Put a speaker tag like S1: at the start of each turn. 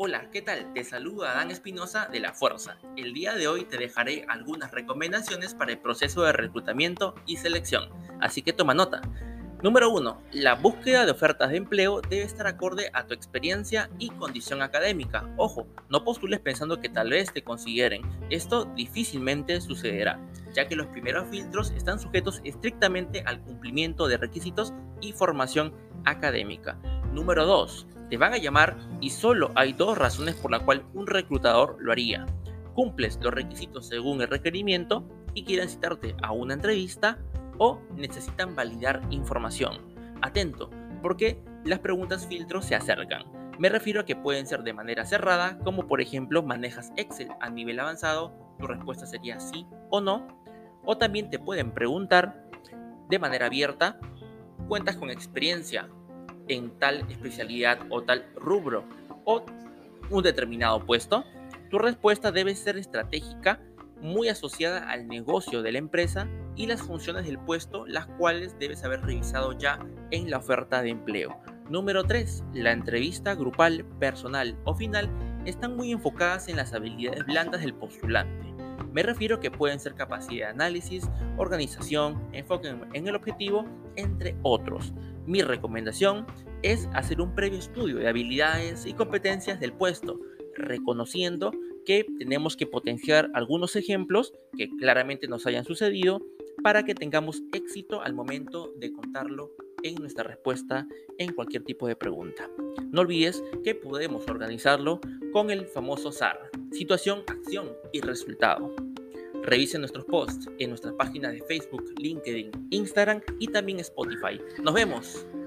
S1: Hola, ¿qué tal? Te saluda Adán Espinosa de La Fuerza. El día de hoy te dejaré algunas recomendaciones para el proceso de reclutamiento y selección, así que toma nota. Número 1. La búsqueda de ofertas de empleo debe estar acorde a tu experiencia y condición académica. Ojo, no postules pensando que tal vez te consideren. Esto difícilmente sucederá, ya que los primeros filtros están sujetos estrictamente al cumplimiento de requisitos y formación académica. Número 2. Te van a llamar y solo hay dos razones por las cuales un reclutador lo haría. Cumples los requisitos según el requerimiento y quieren citarte a una entrevista o necesitan validar información. Atento, porque las preguntas filtro se acercan. Me refiero a que pueden ser de manera cerrada, como por ejemplo manejas Excel a nivel avanzado, tu respuesta sería sí o no, o también te pueden preguntar de manera abierta, ¿cuentas con experiencia en tal especialidad o tal rubro o un determinado puesto? Tu respuesta debe ser estratégica, muy asociada al negocio de la empresa y las funciones del puesto, las cuales debes haber revisado ya en la oferta de empleo. Número 3. La entrevista grupal, personal o final están muy enfocadas en las habilidades blandas del postulante. Me refiero que pueden ser capacidad de análisis, organización, enfoque en el objetivo, entre otros. Mi recomendación es hacer un previo estudio de habilidades y competencias del puesto, reconociendo que tenemos que potenciar algunos ejemplos que claramente nos hayan sucedido para que tengamos éxito al momento de contarlo en nuestra respuesta en cualquier tipo de pregunta. No olvides que podemos organizarlo con el famoso SAR, situación, acción y resultado. Revisen nuestros posts en nuestras páginas de Facebook, LinkedIn, Instagram y también Spotify. ¡Nos vemos!